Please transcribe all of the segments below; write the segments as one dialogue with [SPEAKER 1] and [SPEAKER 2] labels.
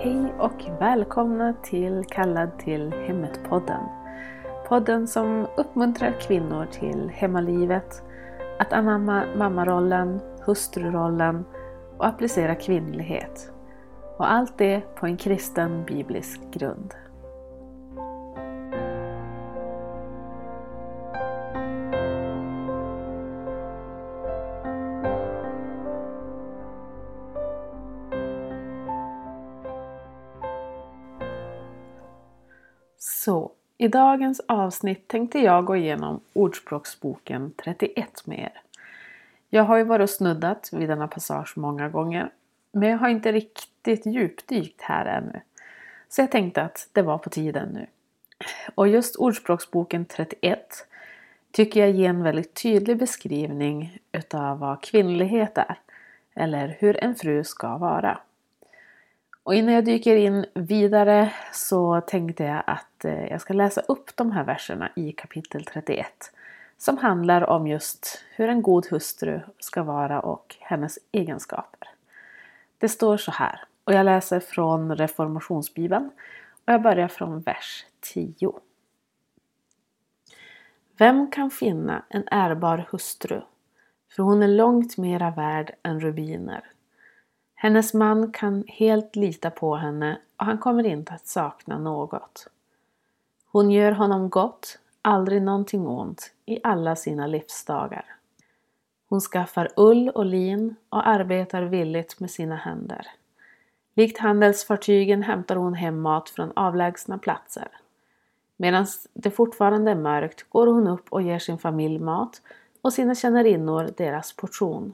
[SPEAKER 1] Hej och välkomna till Kallad till hemmet-podden. Podden som uppmuntrar kvinnor till hemmalivet, att anamma mammarollen, hustrurollen och applicera kvinnlighet. Och allt det på en kristen biblisk grund. Så, i dagens avsnitt tänkte jag gå igenom Ordspråksboken 31 med er. Jag har ju varit och snuddat vid denna passage många gånger, men jag har inte riktigt djupdykt här ännu. Så jag tänkte att det var på tiden nu. Och just Ordspråksboken 31 tycker jag ger en väldigt tydlig beskrivning utav vad kvinnlighet är, eller hur en fru ska vara. Och innan jag dyker in vidare så tänkte jag att jag ska läsa upp de här verserna i kapitel 31. Som handlar om just hur en god hustru ska vara och hennes egenskaper. Det står så här, och jag läser från Reformationsbibeln och jag börjar från vers 10. Vem kan finna en ärbar hustru? För hon är långt mera värd än rubiner. Hennes man kan helt lita på henne och han kommer inte att sakna något. Hon gör honom gott, aldrig någonting ont i alla sina livsdagar. Hon skaffar ull och lin och arbetar villigt med sina händer. Likt handelsfartygen hämtar hon hem mat från avlägsna platser. Medan det fortfarande är mörkt går hon upp och ger sin familj mat och sina tjänarinnor deras portion.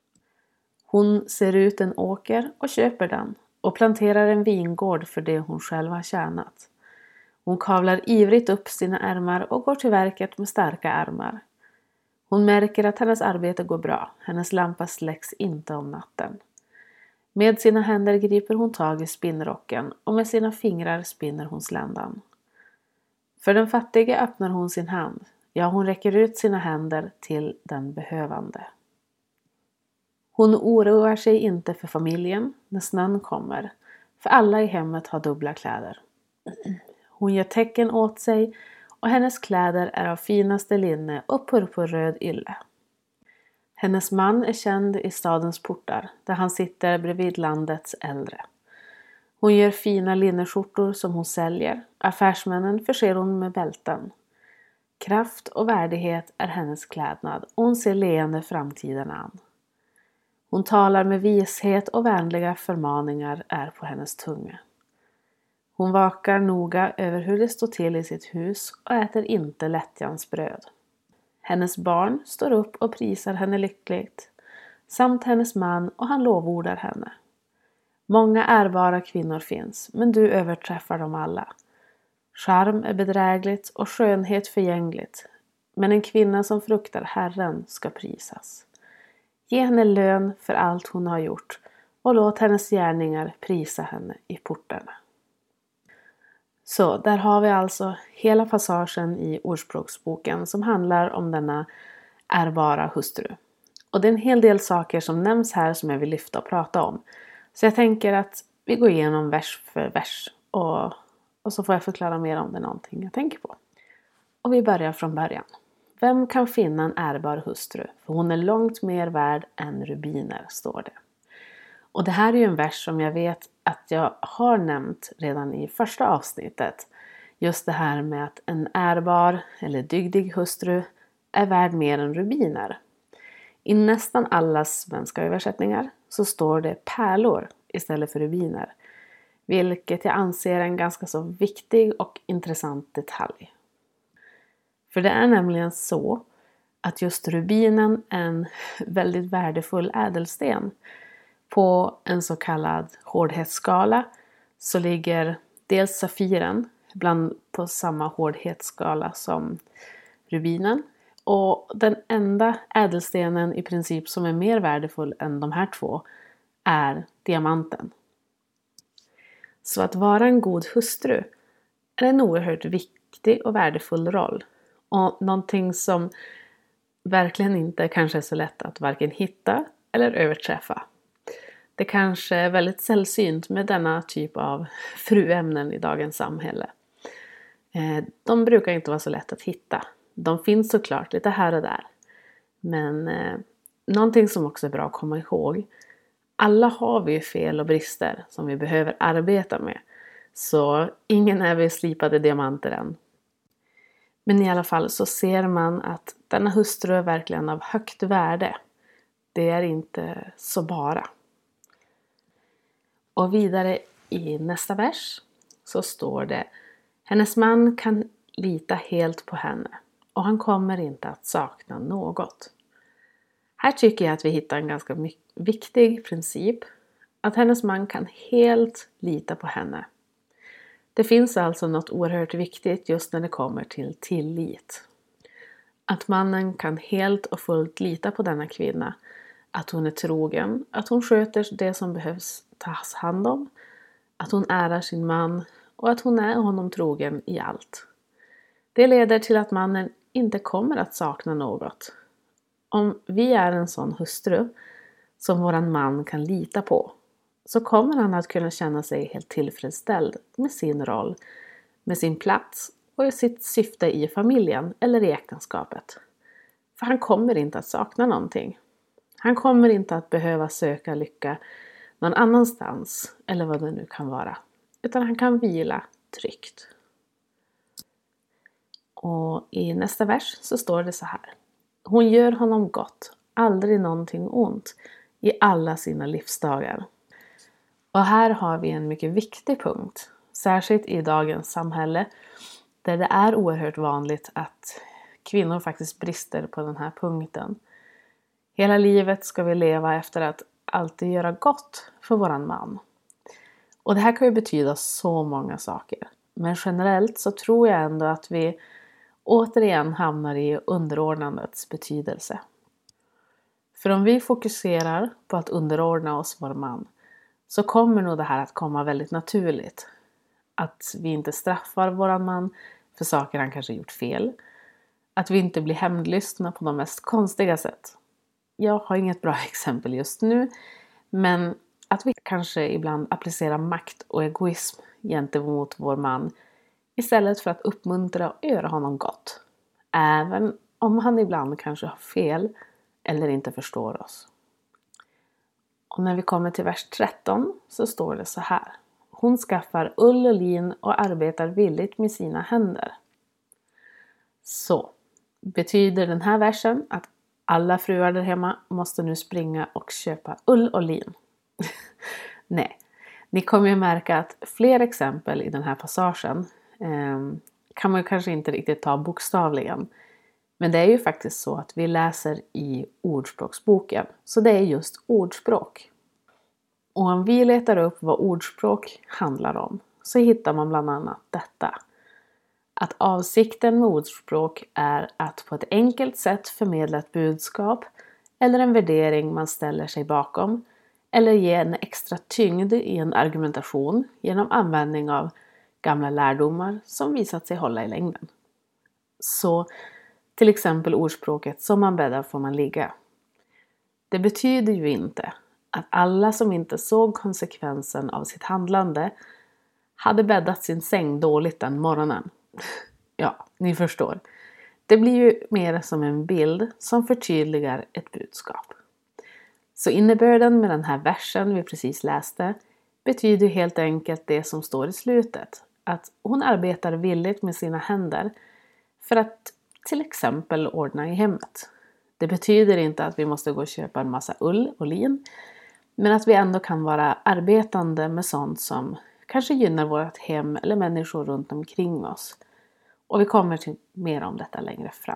[SPEAKER 1] Hon ser ut en åker och köper den och planterar en vingård för det hon själv har tjänat. Hon kavlar ivrigt upp sina ärmar och går till verket med starka armar. Hon märker att hennes arbete går bra, hennes lampa släcks inte om natten. Med sina händer griper hon tag i spinnrocken och med sina fingrar spinner hon sländan. För den fattige öppnar hon sin hand, ja hon räcker ut sina händer till den behövande. Hon oroar sig inte för familjen när snön kommer, för alla i hemmet har dubbla kläder. Hon gör tecken åt sig och hennes kläder är av finaste linne och purpurröd ylle. Hennes man är känd i stadens portar där han sitter bredvid landets äldre. Hon gör fina linneskjortor som hon säljer, affärsmännen förser hon med bälten. Kraft och värdighet är hennes klädnad och hon ser leende framtiden an. Hon talar med vishet och vänliga förmaningar är på hennes tunga. Hon vakar noga över hur det står till i sitt hus och äter inte lättjans bröd. Hennes barn står upp och prisar henne lyckligt, samt hennes man och han lovordar henne. Många ärbara kvinnor finns, men du överträffar dem alla. Charm är bedrägligt och skönhet förgängligt, men en kvinna som fruktar Herren ska prisas. Ge henne lön för allt hon har gjort och låt hennes gärningar prisa henne i portarna. Så där har vi alltså hela passagen i Ordspråksboken som handlar om denna ärbara hustru. Och det är en hel del saker som nämns här som jag vill lyfta och prata om. Så jag tänker att vi går igenom vers för vers och så får jag förklara mer om det är någonting jag tänker på. Och vi börjar från början. Vem kan finna en ärbar hustru? För hon är långt mer värd än rubiner, står det. Och det här är ju en vers som jag vet att jag har nämnt redan i första avsnittet. Just det här med att en ärbar eller dygdig hustru är värd mer än rubiner. I nästan alla svenska översättningar så står det pärlor istället för rubiner. Vilket jag anser är en ganska så viktig och intressant detalj. För det är nämligen så att just rubinen är en väldigt värdefull ädelsten. På en så kallad hårdhetsskala så ligger dels safiren på samma hårdhetsskala som rubinen. Och den enda ädelstenen i princip som är mer värdefull än de här två är diamanten. Så att vara en god hustru är en oerhört viktig och värdefull roll. Och någonting som verkligen inte kanske är så lätt att varken hitta eller överträffa. Det kanske är väldigt sällsynt med denna typ av fruämnen i dagens samhälle. De brukar inte vara så lätt att hitta. De finns såklart lite här och där. Men någonting som också är bra att komma ihåg. Alla har vi fel och brister som vi behöver arbeta med. Så ingen är vi slipade diamanter än. Men i alla fall så ser man att denna hustru är verkligen av högt värde. Det är inte så bara. Och vidare i nästa vers så står det: hennes man kan lita helt på henne och han kommer inte att sakna något. Här tycker jag att vi hittar en ganska viktig princip. Att hennes man kan helt lita på henne. Det finns alltså något oerhört viktigt just när det kommer till tillit. Att mannen kan helt och fullt lita på denna kvinna. Att hon är trogen, att hon sköter det som behövs tas hand om. Att hon ärar sin man och att hon är honom trogen i allt. Det leder till att mannen inte kommer att sakna något. Om vi är en sån hustru som våran man kan lita på, så kommer han att kunna känna sig helt tillfredsställd med sin roll, med sin plats och i sitt syfte i familjen eller i äktenskapet. För han kommer inte att sakna någonting. Han kommer inte att behöva söka lycka någon annanstans eller vad det nu kan vara. Utan han kan vila tryggt. Och i nästa vers så står det så här: hon gör honom gott, aldrig någonting ont i alla sina livsdagar. Och här har vi en mycket viktig punkt. Särskilt i dagens samhälle där det är oerhört vanligt att kvinnor faktiskt brister på den här punkten. Hela livet ska vi leva efter att alltid göra gott för våran man. Och det här kan ju betyda så många saker. Men generellt så tror jag ändå att vi återigen hamnar i underordnandets betydelse. För om vi fokuserar på att underordna oss vår man, så kommer nog det här att komma väldigt naturligt. Att vi inte straffar våran man för saker han kanske gjort fel. Att vi inte blir hämndlystna på de mest konstiga sätt. Jag har inget bra exempel just nu, men att vi kanske ibland applicerar makt och egoism gentemot vår man istället för att uppmuntra och göra honom gott. Även om han ibland kanske har fel eller inte förstår oss. Och när vi kommer till vers 13 så står det så här: hon skaffar ull och lin och arbetar villigt med sina händer. Så betyder den här versen att alla fruar där hemma måste nu springa och köpa ull och lin? Nej, ni kommer ju märka att fler exempel i den här passagen kan man kanske inte riktigt ta bokstavligen. Men det är ju faktiskt så att vi läser i ordspråksboken. Så det är just ordspråk. Och om vi letar upp vad ordspråk handlar om så hittar man bland annat detta. Att avsikten med ordspråk är att på ett enkelt sätt förmedla ett budskap eller en värdering man ställer sig bakom, eller ge en extra tyngd i en argumentation genom användning av gamla lärdomar som visat sig hålla i längden. Så till exempel ordspråket "som man bäddar får man ligga". Det betyder ju inte att alla som inte såg konsekvensen av sitt handlande hade bäddat sin säng dåligt den morgonen. Ja, ni förstår. Det blir ju mer som en bild som förtydligar ett budskap. Så innebörden med den här versen vi precis läste betyder helt enkelt det som står i slutet. Att hon arbetar villigt med sina händer för att till exempel ordna i hemmet. Det betyder inte att vi måste gå och köpa en massa ull och lin. Men att vi ändå kan vara arbetande med sånt som kanske gynnar vårt hem eller människor runt omkring oss. Och vi kommer till mer om detta längre fram.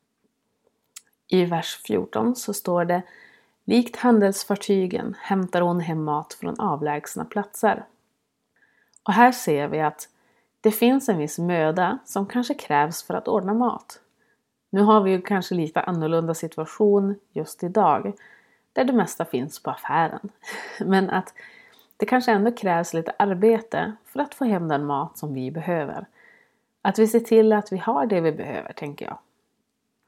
[SPEAKER 1] I vers 14 så står det: likt handelsfartygen hämtar hon hem mat från avlägsna platser. Och här ser vi att det finns en viss möda som kanske krävs för att ordna mat. Nu har vi ju kanske lite annorlunda situation just idag, där det mesta finns på affären. Men att det kanske ändå krävs lite arbete för att få hem den mat som vi behöver. Att vi ser till att vi har det vi behöver, tänker jag.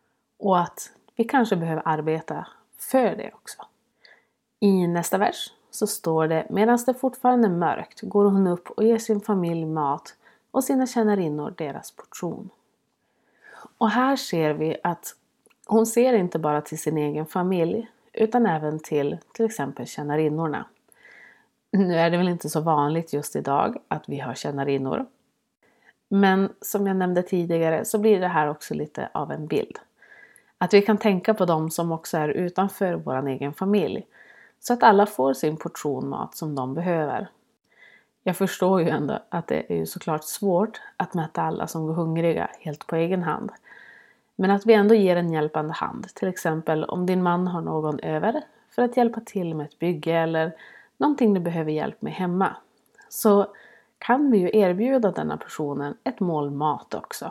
[SPEAKER 1] Och att vi kanske behöver arbeta för det också. I nästa vers så står det: medan det fortfarande är mörkt går hon upp och ger sin familj mat och sina tjänarinnor deras portion. Och här ser vi att hon ser inte bara till sin egen familj utan även till exempel tjänarinnorna. Nu är det väl inte så vanligt just idag att vi har tjänarinnor. Men som jag nämnde tidigare så blir det här också lite av en bild. Att vi kan tänka på dem som också är utanför vår egen familj. Så att alla får sin portion mat som de behöver. Jag förstår ju ändå att det är ju såklart svårt att mätta alla som går hungriga helt på egen hand. Men att vi ändå ger en hjälpande hand. Till exempel om din man har någon över för att hjälpa till med ett bygge eller någonting du behöver hjälp med hemma. Så kan vi ju erbjuda denna personen ett mål mat också.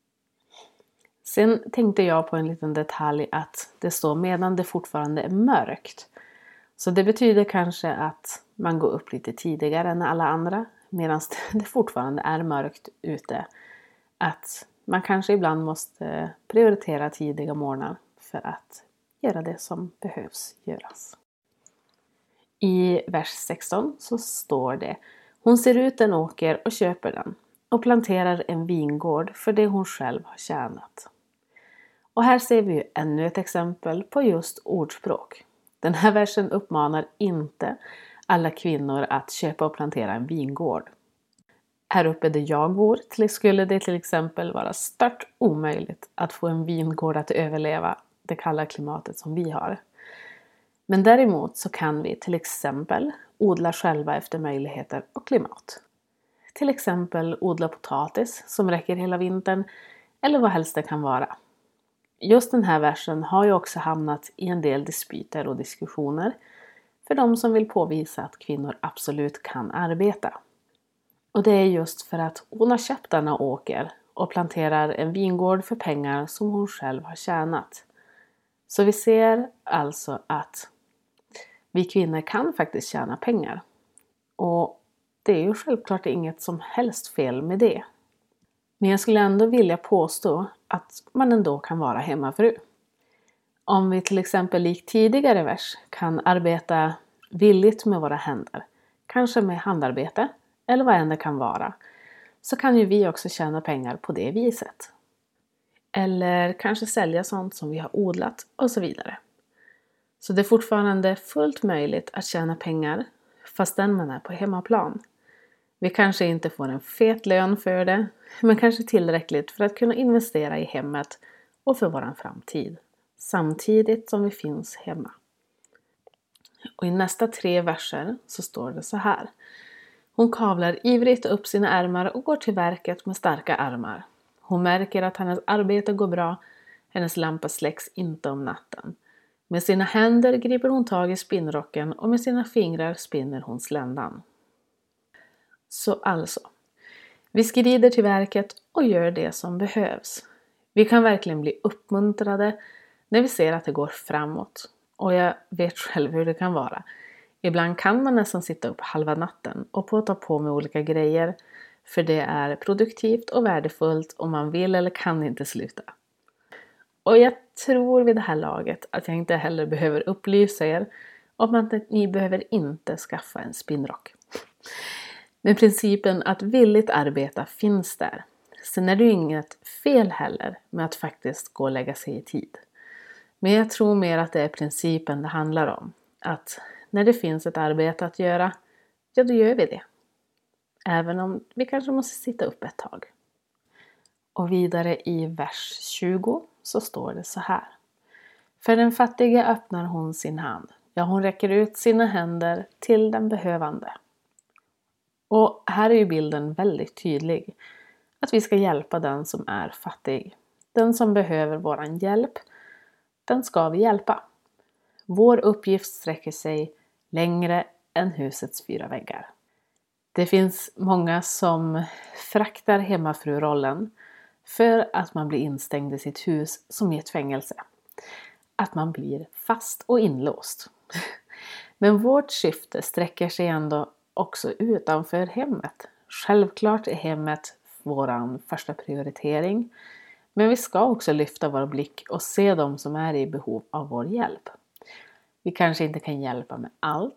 [SPEAKER 1] Sen tänkte jag på en liten detalj att det står medan det fortfarande är mörkt. Så det betyder kanske att man går upp lite tidigare än alla andra medan det fortfarande är mörkt ute. Att man kanske ibland måste prioritera tidiga morgnar för att göra det som behövs göras. I vers 16 så står det: hon ser ut en åker och köper den och planterar en vingård för det hon själv har tjänat. Och här ser vi ju ännu ett exempel på just ordspråk. Den här versen uppmanar inte alla kvinnor att köpa och plantera en vingård. Här uppe där jag bor skulle det till exempel vara stört omöjligt att få en vingård att överleva det kalla klimatet som vi har. Men däremot så kan vi till exempel odla själva efter möjligheter och klimat. Till exempel odla potatis som räcker hela vintern eller vad helst det kan vara. Just den här versen har ju också hamnat i en del dispyter och diskussioner för de som vill påvisa att kvinnor absolut kan arbeta. Och det är just för att hon har köpt denna åker och planterar en vingård för pengar som hon själv har tjänat. Så vi ser alltså att vi kvinnor kan faktiskt tjäna pengar. Och det är ju självklart inget som helst fel med det. Men jag skulle ändå vilja påstå att man ändå kan vara hemmafru. Om vi till exempel likt tidigare vers kan arbeta villigt med våra händer, kanske med handarbete eller vad än det kan vara, så kan ju vi också tjäna pengar på det viset. Eller kanske sälja sånt som vi har odlat och så vidare. Så det är fortfarande fullt möjligt att tjäna pengar fastän man är på hemmaplan. Vi kanske inte får en fet lön för det, men kanske tillräckligt för att kunna investera i hemmet och för vår framtid. Samtidigt som vi finns hemma. Och i nästa 3 verser så står det så här: hon kavlar ivrigt upp sina ärmar och går till verket med starka armar. Hon märker att hennes arbete går bra, hennes lampa släcks inte om natten. Med sina händer griper hon tag i spinnrocken och med sina fingrar spinner hon sländan. Så alltså, vi skrider till verket och gör det som behövs. Vi kan verkligen bli uppmuntrade när vi ser att det går framåt. Och jag vet själv hur det kan vara. Ibland kan man nästan sitta upp halva natten och ta på med olika grejer. För det är produktivt och värdefullt och man vill eller kan inte sluta. Och jag tror vid det här laget att jag inte heller behöver upplysa er om att ni behöver inte skaffa en spinnrock. Men principen att villigt arbeta finns där. Sen är det ju inget fel heller med att faktiskt gå och lägga sig i tid. Men jag tror mer att det är principen det handlar om. Att när det finns ett arbete att göra, ja då gör vi det. Även om vi kanske måste sitta upp ett tag. Och vidare i vers 20 så står det så här: för den fattiga öppnar hon sin hand. Ja, hon räcker ut sina händer till den behövande. Och här är ju bilden väldigt tydlig. Att vi ska hjälpa den som är fattig. Den som behöver våran hjälp, den ska vi hjälpa. Vår uppgift sträcker sig längre än husets 4 väggar. Det finns många som fraktar hemmafrurollen för att man blir instängd i sitt hus som i ett fängelse. Att man blir fast och inlåst. Men vårt syfte sträcker sig ändå också utanför hemmet. Självklart är hemmet vår första prioritering. Men vi ska också lyfta vår blick och se dem som är i behov av vår hjälp. Vi kanske inte kan hjälpa med allt.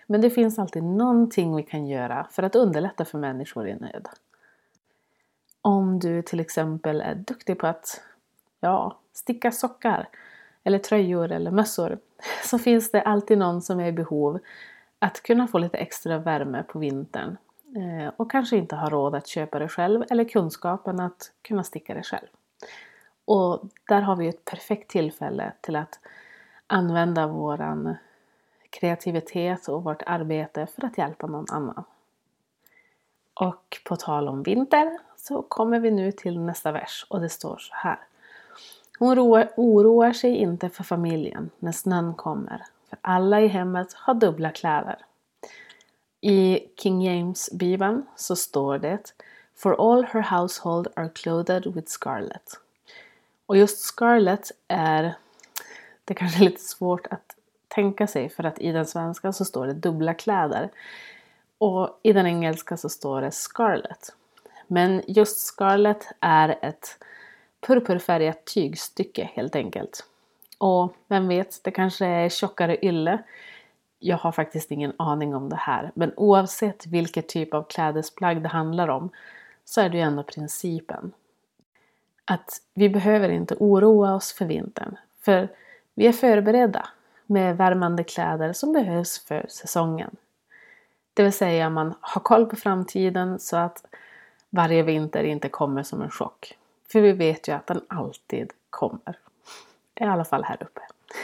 [SPEAKER 1] Men det finns alltid någonting vi kan göra för att underlätta för människor i nöd. Om du till exempel är duktig på att sticka sockar eller tröjor eller mössor, så finns det alltid någon som är i behov att kunna få lite extra värme på vintern och kanske inte har råd att köpa det själv eller kunskapen att kunna sticka det själv. Och där har vi ett perfekt tillfälle till att använda våran kreativitet och vårt arbete för att hjälpa någon annan. Och på tal om vinter så kommer vi nu till nästa vers och det står så här. Hon oroar sig inte för familjen när snön kommer, för alla i hemmet har dubbla kläder. I King James-bibeln så står det For all her household are clothed with scarlet. Och just scarlet det kanske är lite svårt att tänka sig, för att i den svenska så står det dubbla kläder. Och i den engelska så står det scarlet. Men just scarlet är ett purpurfärgat tygstycke helt enkelt. Och vem vet, det kanske är tjockare ylle. Jag har faktiskt ingen aning om det här. Men oavsett vilket typ av klädesplagg det handlar om så är det ju ändå principen. Att vi behöver inte oroa oss för vintern. För vi är förberedda med värmande kläder som behövs för säsongen. Det vill säga man har koll på framtiden så att varje vinter inte kommer som en chock. För vi vet ju att den alltid kommer. I alla fall här uppe.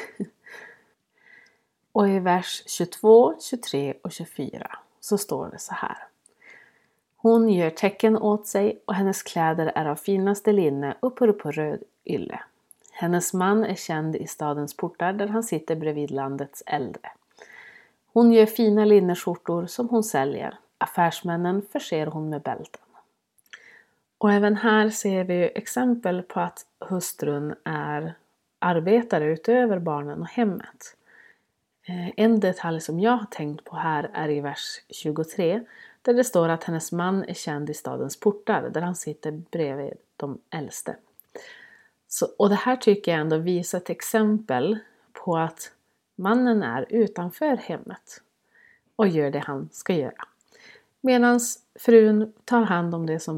[SPEAKER 1] Och i vers 22, 23 och 24 så står det så här. Hon gör tecken åt sig och hennes kläder är av finaste linne och purpurröd ylle. Hennes man är känd i stadens portar där han sitter bredvid landets äldre. Hon gör fina linneskjortor som hon säljer. Affärsmännen förser hon med bälten. Och även här ser vi exempel på att hustrun är arbetare utöver barnen och hemmet. En detalj som jag har tänkt på här är i vers 23 där det står att hennes man är känd i stadens portar där han sitter bredvid de äldste. Och det här tycker jag ändå visar ett exempel på att mannen är utanför hemmet och gör det han ska göra. Medan frun tar hand om det som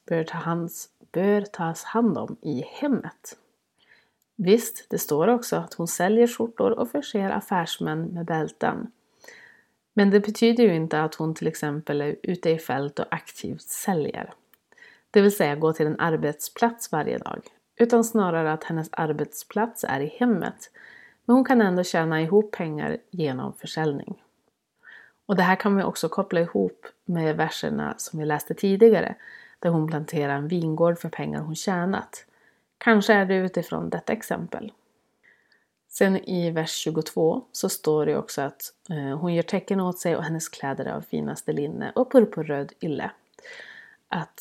[SPEAKER 1] bör tas hand om i hemmet. Visst, det står också att hon säljer skjortor och förser affärsmän med bälten. Men det betyder ju inte att hon till exempel är ute i fält och aktivt säljer. Det vill säga gå till en arbetsplats varje dag. Utan snarare att hennes arbetsplats är i hemmet. Men hon kan ändå tjäna ihop pengar genom försäljning. Och det här kan vi också koppla ihop med verserna som vi läste tidigare. Där hon planterar en vingård för pengar hon tjänat. Kanske är det utifrån detta exempel. Sen i vers 22 så står det också att hon gör tecken åt sig och hennes kläder är av finaste linne och purpurröd ylle. Att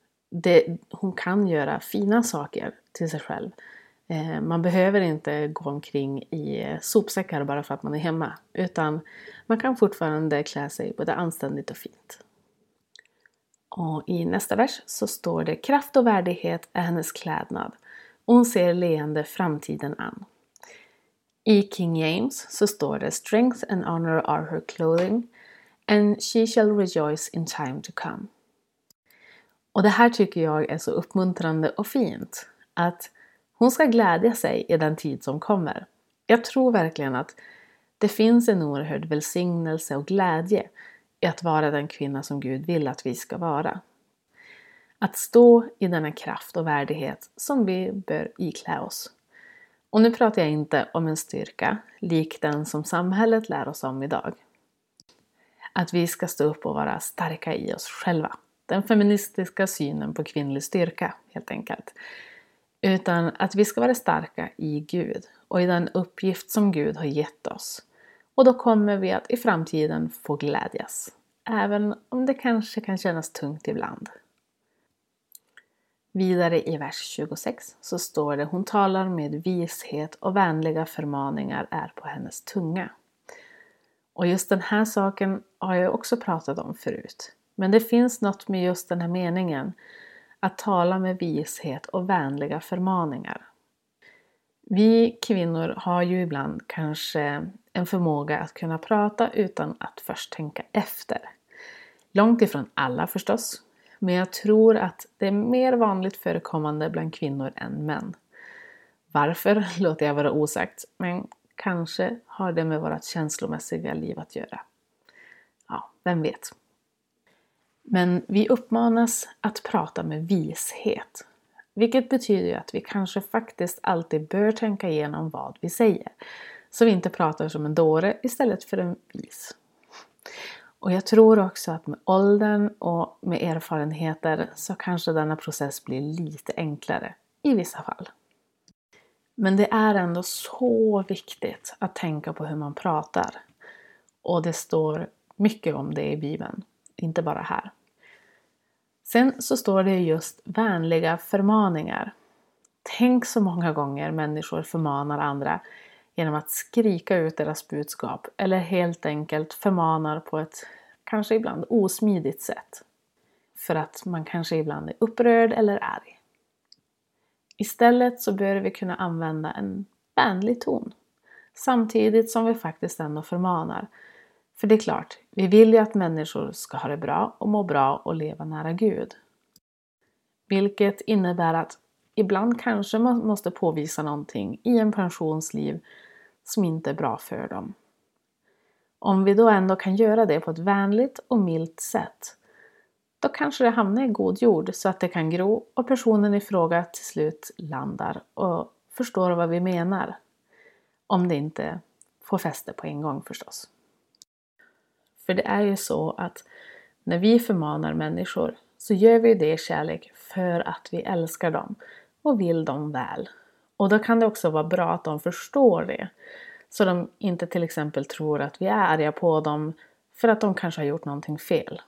[SPEAKER 1] hon kan göra fina saker till sig själv. Man behöver inte gå omkring i sopsäckar bara för att man är hemma. Utan man kan fortfarande klä sig både anständigt och fint. Och i nästa vers så står det kraft och värdighet är hennes klädnad. Och hon ser leende framtiden an. I King James så står det strength and honor are her clothing. And she shall rejoice in time to come. Och det här tycker jag är så uppmuntrande och fint. Att hon ska glädja sig i den tid som kommer. Jag tror verkligen att det finns en oerhörd välsignelse och glädje i att vara den kvinna som Gud vill att vi ska vara. Att stå i denna kraft och värdighet som vi bör iklä oss. Och nu pratar jag inte om en styrka lik den som samhället lär oss om idag. Att vi ska stå upp och vara starka i oss själva. Den feministiska synen på kvinnlig styrka helt enkelt. Utan att vi ska vara starka i Gud och i den uppgift som Gud har gett oss. Och då kommer vi att i framtiden få glädjas. Även om det kanske kan kännas tungt ibland. Vidare i vers 26 så står det hon talar med vishet och vänliga förmaningar är på hennes tunga. Och just den här saken har jag också pratat om förut. Men det finns något med just den här meningen. Att tala med vishet och vänliga förmaningar. Vi kvinnor har ju ibland kanske en förmåga att kunna prata utan att först tänka efter. Långt ifrån alla förstås, men jag tror att det är mer vanligt förekommande bland kvinnor än män. Varför låter jag vara osagt, men kanske har det med vårt känslomässiga liv att göra. Ja, vem vet. Men vi uppmanas att prata med vishet. Vilket betyder att vi kanske faktiskt alltid bör tänka igenom vad vi säger. Så vi inte pratar som en dåre istället för en vis. Och jag tror också att med åldern och med erfarenheter så kanske denna process blir lite enklare i vissa fall. Men det är ändå så viktigt att tänka på hur man pratar. Och det står mycket om det i Bibeln, inte bara här. Sen så står det just vänliga förmaningar. Tänk så många gånger människor förmanar andra genom att skrika ut deras budskap eller helt enkelt förmanar på ett kanske ibland osmidigt sätt. För att man kanske ibland är upprörd eller arg. Istället så bör vi kunna använda en vänlig ton. Samtidigt som vi faktiskt ändå förmanar. För det är klart, vi vill ju att människor ska ha det bra och må bra och leva nära Gud. Vilket innebär att ibland kanske man måste påvisa någonting i en persons liv som inte är bra för dem. Om vi då ändå kan göra det på ett vänligt och milt sätt, då kanske det hamnar i god jord så att det kan gro och personen i fråga till slut landar och förstår vad vi menar. Om det inte får fäste på en gång förstås. För det är ju så att när vi förmanar människor så gör vi det i kärlek för att vi älskar dem och vill dem väl. Och då kan det också vara bra att de förstår det. Så de inte till exempel tror att vi är arga på dem för att de kanske har gjort någonting fel.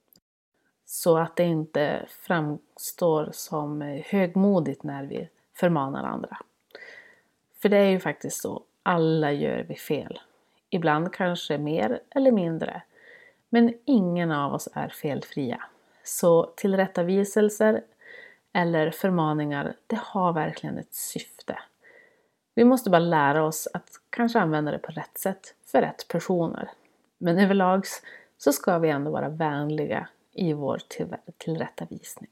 [SPEAKER 1] Så att det inte framstår som högmodigt när vi förmanar andra. För det är ju faktiskt så, alla gör vi fel. Ibland kanske mer eller mindre. Men ingen av oss är felfria. Så tillrättaviselser eller förmaningar, det har verkligen ett syfte. Vi måste bara lära oss att kanske använda det på rätt sätt för rätt personer. Men överlag så ska vi ändå vara vänliga i vår tillrättavisning.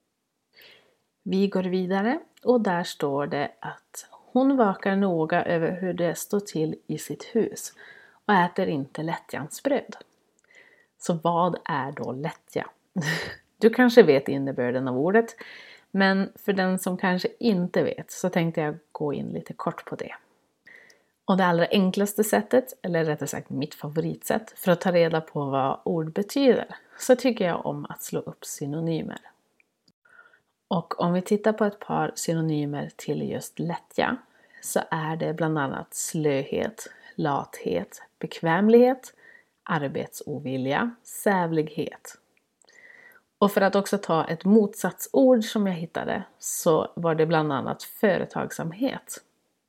[SPEAKER 1] Vi går vidare och där står det att hon vakar noga över hur det står till i sitt hus och äter inte lättjansbröd. Så vad är då lättja? Du kanske vet innebörden av ordet, men för den som kanske inte vet så tänkte jag gå in lite kort på det. Och det allra enklaste sättet, eller rättare sagt mitt favoritsätt för att ta reda på vad ord betyder, så tycker jag om att slå upp synonymer. Och om vi tittar på ett par synonymer till just lättja så är det bland annat slöhet, lathet, bekvämlighet, arbetsovilja, sävlighet. Och för att också ta ett motsatsord som jag hittade så var det bland annat företagsamhet.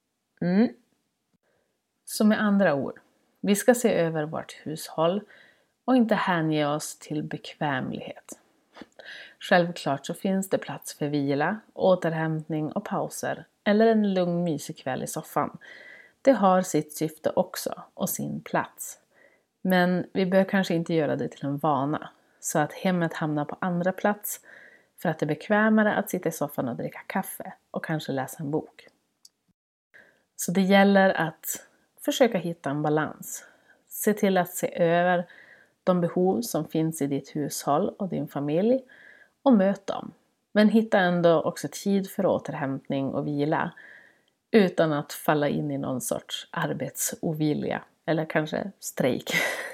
[SPEAKER 1] Så med andra ord, vi ska se över vårt hushåll och inte hänge oss till bekvämlighet. Självklart så finns det plats för vila, återhämtning och pauser eller en lugn mysig kväll i soffan. Det har sitt syfte också och sin plats. Men vi bör kanske inte göra det till en vana så att hemmet hamnar på andra plats för att det är bekvämare att sitta i soffan och dricka kaffe och kanske läsa en bok. Så det gäller att försöka hitta en balans. Se till att se över de behov som finns i ditt hushåll och din familj och möt dem. Men hitta ändå också tid för återhämtning och vila utan att falla in i någon sorts arbetsovilja eller kanske strejk.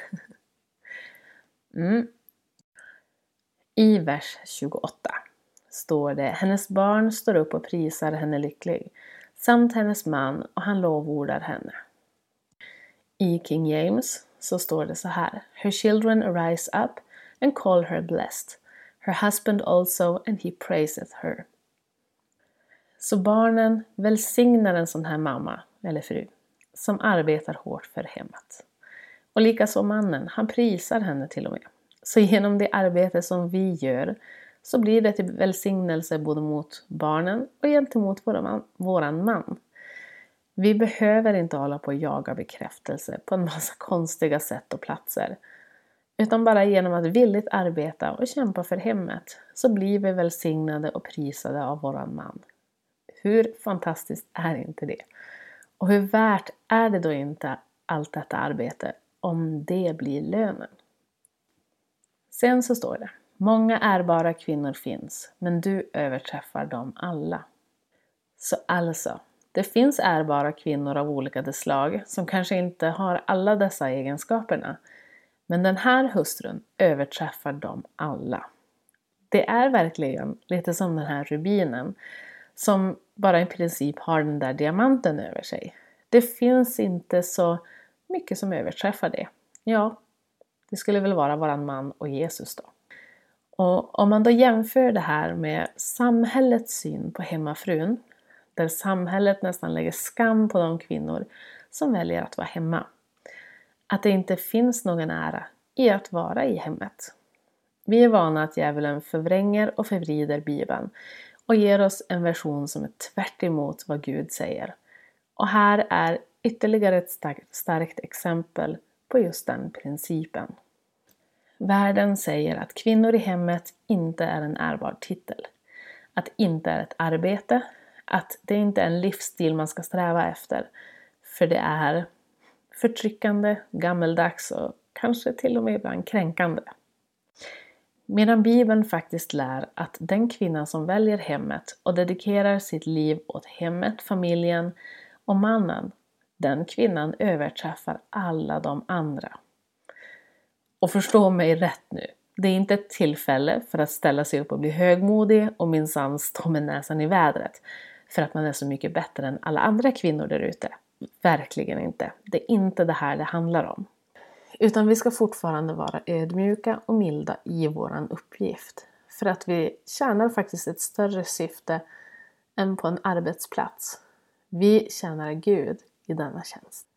[SPEAKER 1] I vers 28 står det: hennes barn står upp och prisar henne lycklig, samt hennes man, och han lovordar henne. I King James så står det så här: her children arise up and call her blessed, her husband also, and he praiseth her. Så barnen välsignar en sån här mamma eller fru som arbetar hårt för hemmet. Och likaså mannen, han prisar henne till och med. Så genom det arbete som vi gör så blir det till välsignelse både mot barnen och gentemot våran man. Vi behöver inte hålla på och jaga bekräftelse på en massa konstiga sätt och platser. Utan bara genom att villigt arbeta och kämpa för hemmet så blir vi välsignade och prisade av våran man. Hur fantastiskt är inte det? Och hur värt är det då inte allt detta arbete om det blir lönen? Sen så står det: många ärbara kvinnor finns, men du överträffar dem alla. Så alltså, det finns ärbara kvinnor av olika slag som kanske inte har alla dessa egenskaperna. Men den här hustrun överträffar dem alla. Det är verkligen lite som den här rubinen som bara i princip har den där diamanten över sig. Det finns inte så mycket som överträffar det. Ja, det skulle väl vara våran man och Jesus då. Och om man då jämför det här med samhällets syn på hemmafrun, där samhället nästan lägger skam på de kvinnor som väljer att vara hemma. Att det inte finns någon ära i att vara i hemmet. Vi är vana att djävulen förvränger och förvrider Bibeln och ger oss en version som är tvärt emot vad Gud säger. Och här är ytterligare ett starkt exempel på just den principen. Världen säger att kvinnor i hemmet inte är en ärbar titel. Att inte är ett arbete. Att det inte är en livsstil man ska sträva efter. För det är förtryckande, gammeldags och kanske till och med ibland kränkande. Medan Bibeln faktiskt lär att den kvinna som väljer hemmet och dedikerar sitt liv åt hemmet, familjen och mannen, den kvinnan överträffar alla de andra. Och förstå mig rätt nu, det är inte ett tillfälle för att ställa sig upp och bli högmodig och minsann stå med näsan i vädret för att man är så mycket bättre än alla andra kvinnor där ute. Verkligen inte. Det är inte det här det handlar om. Utan vi ska fortfarande vara ödmjuka och milda i våran uppgift. För att vi tjänar faktiskt ett större syfte än på en arbetsplats. Vi tjänar Gud i denna tjänst.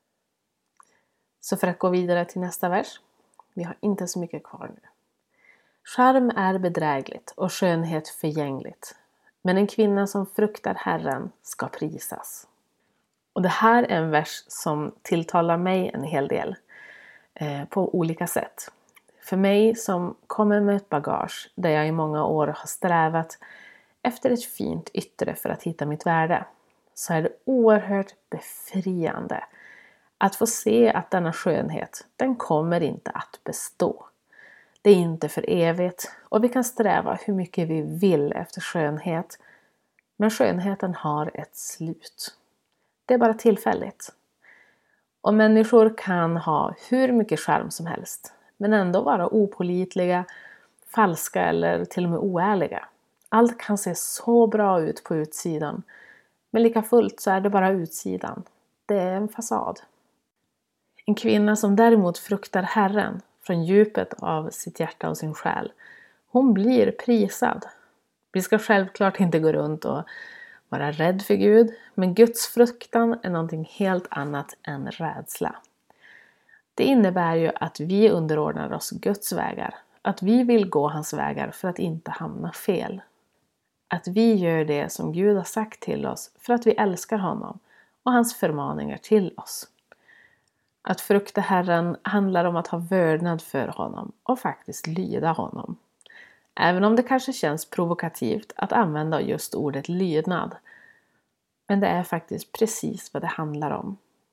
[SPEAKER 1] Så för att gå vidare till nästa vers. Vi har inte så mycket kvar nu. Charm är bedrägligt och skönhet förgängligt. Men en kvinna som fruktar Herren ska prisas. Och det här är en vers som tilltalar mig en hel del. På olika sätt. För mig som kommer med ett bagage där jag i många år har strävat efter ett fint yttre för att hitta mitt värde, så är det oerhört befriande att få se att denna skönhet, den kommer inte att bestå. Det är inte för evigt och vi kan sträva hur mycket vi vill efter skönhet, men skönheten har ett slut. Det är bara tillfälligt. Och människor kan ha hur mycket charm som helst, men ändå vara opålitliga, falska eller till och med oärliga. Allt kan se så bra ut på utsidan, men lika fullt så är det bara utsidan. Det är en fasad. En kvinna som däremot fruktar Herren från djupet av sitt hjärta och sin själ, hon blir prisad. Vi ska självklart inte gå runt och vara rädd för Gud, men Guds fruktan är någonting helt annat än rädsla. Det innebär ju att vi underordnar oss Guds vägar, att vi vill gå hans vägar för att inte hamna fel. Att vi gör det som Gud har sagt till oss för att vi älskar honom och hans förmaningar till oss. Att frukta Herren handlar om att ha vördnad för honom och faktiskt lyda honom. Även om det kanske känns provokativt att använda just ordet lydnad. Men det är faktiskt precis vad det handlar om.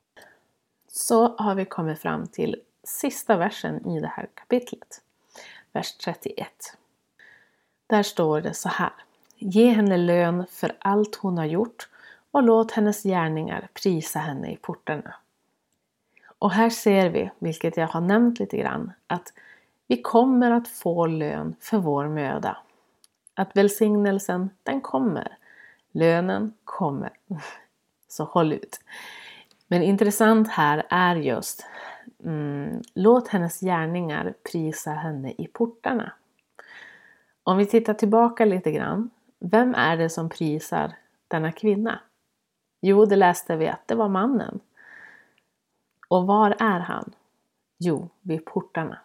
[SPEAKER 1] Så har vi kommit fram till sista versen i det här kapitlet. Vers 31. Där står det så här. Ge henne lön för allt hon har gjort och låt hennes gärningar prisa henne i portarna. Och här ser vi, vilket jag har nämnt lite grann, att vi kommer att få lön för vår möda. Att välsignelsen, den kommer. Lönen kommer. Så håll ut. Men intressant här är just, låt hennes gärningar prisa henne i portarna. Om vi tittar tillbaka lite grann, vem är det som prisar denna kvinna? Jo, det läste vi att det var mannen. Och var är han? Jo, vid portarna.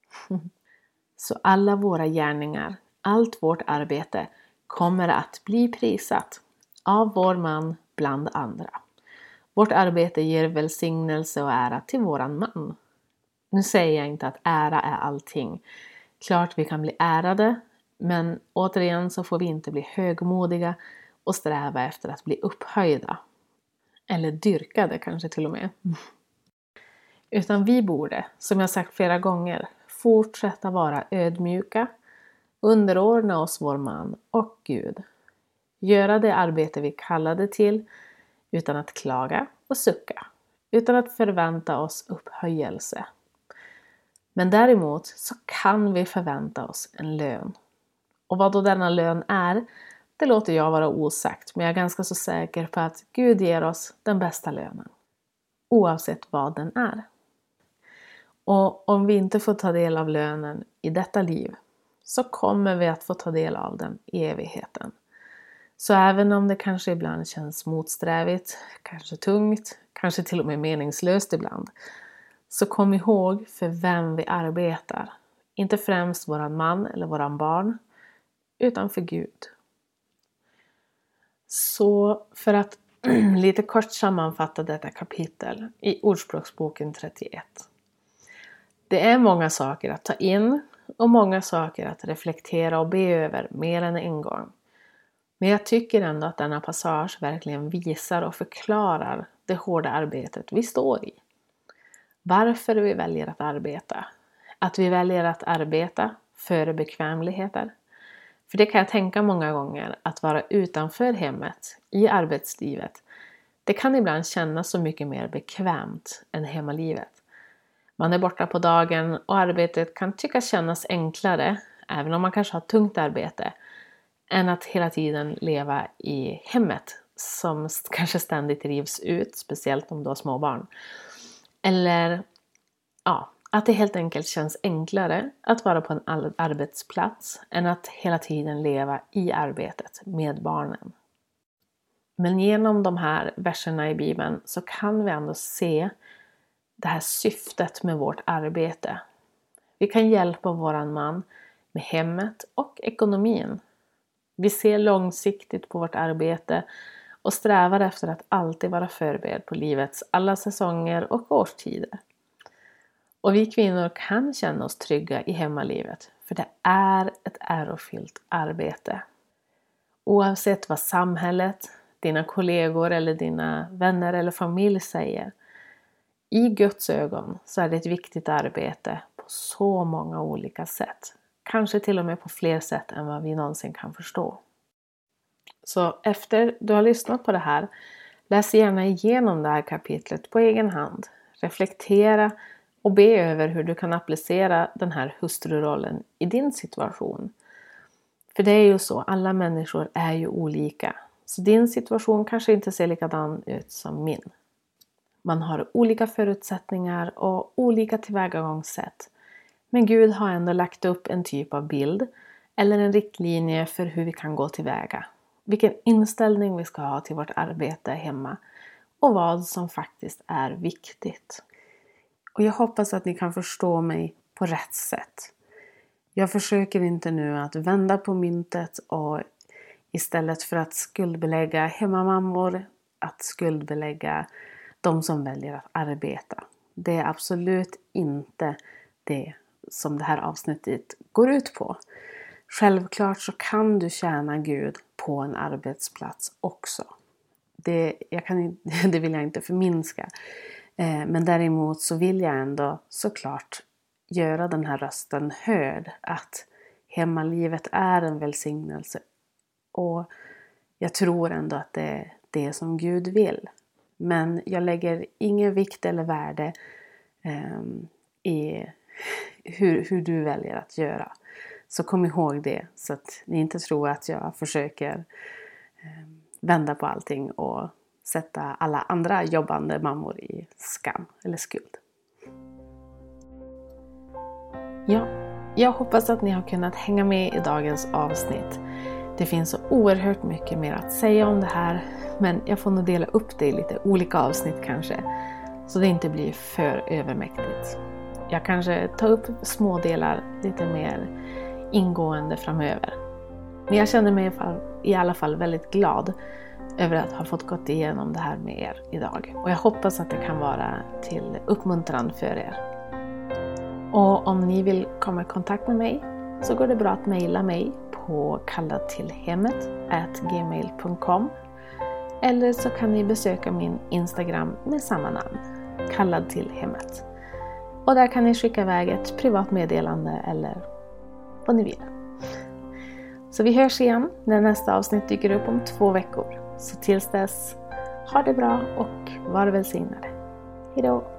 [SPEAKER 1] Så alla våra gärningar, allt vårt arbete kommer att bli prisat av vår man bland andra. Vårt arbete ger välsignelse och ära till våran man. Nu säger jag inte att ära är allting. Klart vi kan bli ärade, men återigen så får vi inte bli högmodiga och sträva efter att bli upphöjda. Eller dyrkade kanske till och med. Utan vi borde, som jag sagt flera gånger, fortsätta vara ödmjuka, underordna oss vår man och Gud. Göra det arbete vi kallade till utan att klaga och sucka, utan att förvänta oss upphöjelse. Men däremot så kan vi förvänta oss en lön. Och vad då denna lön är, det låter jag vara osagt, men jag är ganska så säker på att Gud ger oss den bästa lönen. Oavsett vad den är. Och om vi inte får ta del av lönen i detta liv, så kommer vi att få ta del av den i evigheten. Så även om det kanske ibland känns motsträvigt, kanske tungt, kanske till och med meningslöst ibland, så kom ihåg för vem vi arbetar. Inte främst våran man eller våran barn, utan för Gud. Så för att lite kort sammanfatta detta kapitel i Ordspråksboken 31. Det är många saker att ta in och många saker att reflektera och be över mer än en gång. Men jag tycker ändå att denna passage verkligen visar och förklarar det hårda arbetet vi står i. Varför vi väljer att arbeta. Att vi väljer att arbeta före bekvämligheter. För det kan jag tänka många gånger, att vara utanför hemmet, i arbetslivet. Det kan ibland kännas så mycket mer bekvämt än hemmalivet. Man är borta på dagen och arbetet kan tyckas kännas enklare, även om man kanske har tungt arbete, än att hela tiden leva i hemmet som kanske ständigt rivs ut, speciellt om du har små barn. Eller att det helt enkelt känns enklare att vara på en arbetsplats än att hela tiden leva i arbetet med barnen. Men genom de här verserna i Bibeln så kan vi ändå se det här syftet med vårt arbete. Vi kan hjälpa våran man med hemmet och ekonomin. Vi ser långsiktigt på vårt arbete och strävar efter att alltid vara förberedd på livets alla säsonger och årstider. Och vi kvinnor kan känna oss trygga i hemmalivet, för det är ett ärofyllt arbete. Oavsett vad samhället, dina kollegor eller dina vänner eller familj säger, i Guds ögon så är det ett viktigt arbete på så många olika sätt. Kanske till och med på fler sätt än vad vi någonsin kan förstå. Så efter du har lyssnat på det här, läs gärna igenom det här kapitlet på egen hand. Reflektera och be över hur du kan applicera den här hustrurollen i din situation. För det är ju så, alla människor är ju olika. Så din situation kanske inte ser likadan ut som min. Man har olika förutsättningar och olika tillvägagångssätt. Men Gud har ändå lagt upp en typ av bild eller en riktlinje för hur vi kan gå tillväga. Vilken inställning vi ska ha till vårt arbete hemma och vad som faktiskt är viktigt. Och jag hoppas att ni kan förstå mig på rätt sätt. Jag försöker inte nu att vända på myntet och istället för att skuldbelägga hemmamammor, att skuldbelägga de som väljer att arbeta. Det är absolut inte det som det här avsnittet går ut på. Självklart så kan du tjäna Gud på en arbetsplats också. Det vill jag inte förminska. Men däremot så vill jag ändå såklart göra den här rösten hörd. Att hemmalivet är en välsignelse. Och jag tror ändå att det är det som Gud vill. Men jag lägger ingen vikt eller värde i hur du väljer att göra. Så kom ihåg det, så att ni inte tror att jag försöker vända på allting och sätta alla andra jobbande mammor i skam eller skuld. Ja, jag hoppas att ni har kunnat hänga med i dagens avsnitt. Det finns så oerhört mycket mer att säga om det här, men jag får nog dela upp det i lite olika avsnitt kanske, så det inte blir för övermäktigt. Jag kanske tar upp små delar lite mer ingående framöver. Men jag känner mig i alla fall väldigt glad över att ha fått gått igenom det här med er idag. Och jag hoppas att det kan vara till uppmuntran för er. Och om ni vill komma i kontakt med mig så går det bra att mejla mig på kalladtillhemmet@gmail.com. Eller så kan ni besöka min Instagram med samma namn, Kallad till hemmet. Och där kan ni skicka iväg ett privat meddelande eller vad ni vill. Så vi hörs igen när nästa avsnitt dyker upp om 2 veckor. Så tills dess, ha det bra och var välsignade. Hejdå!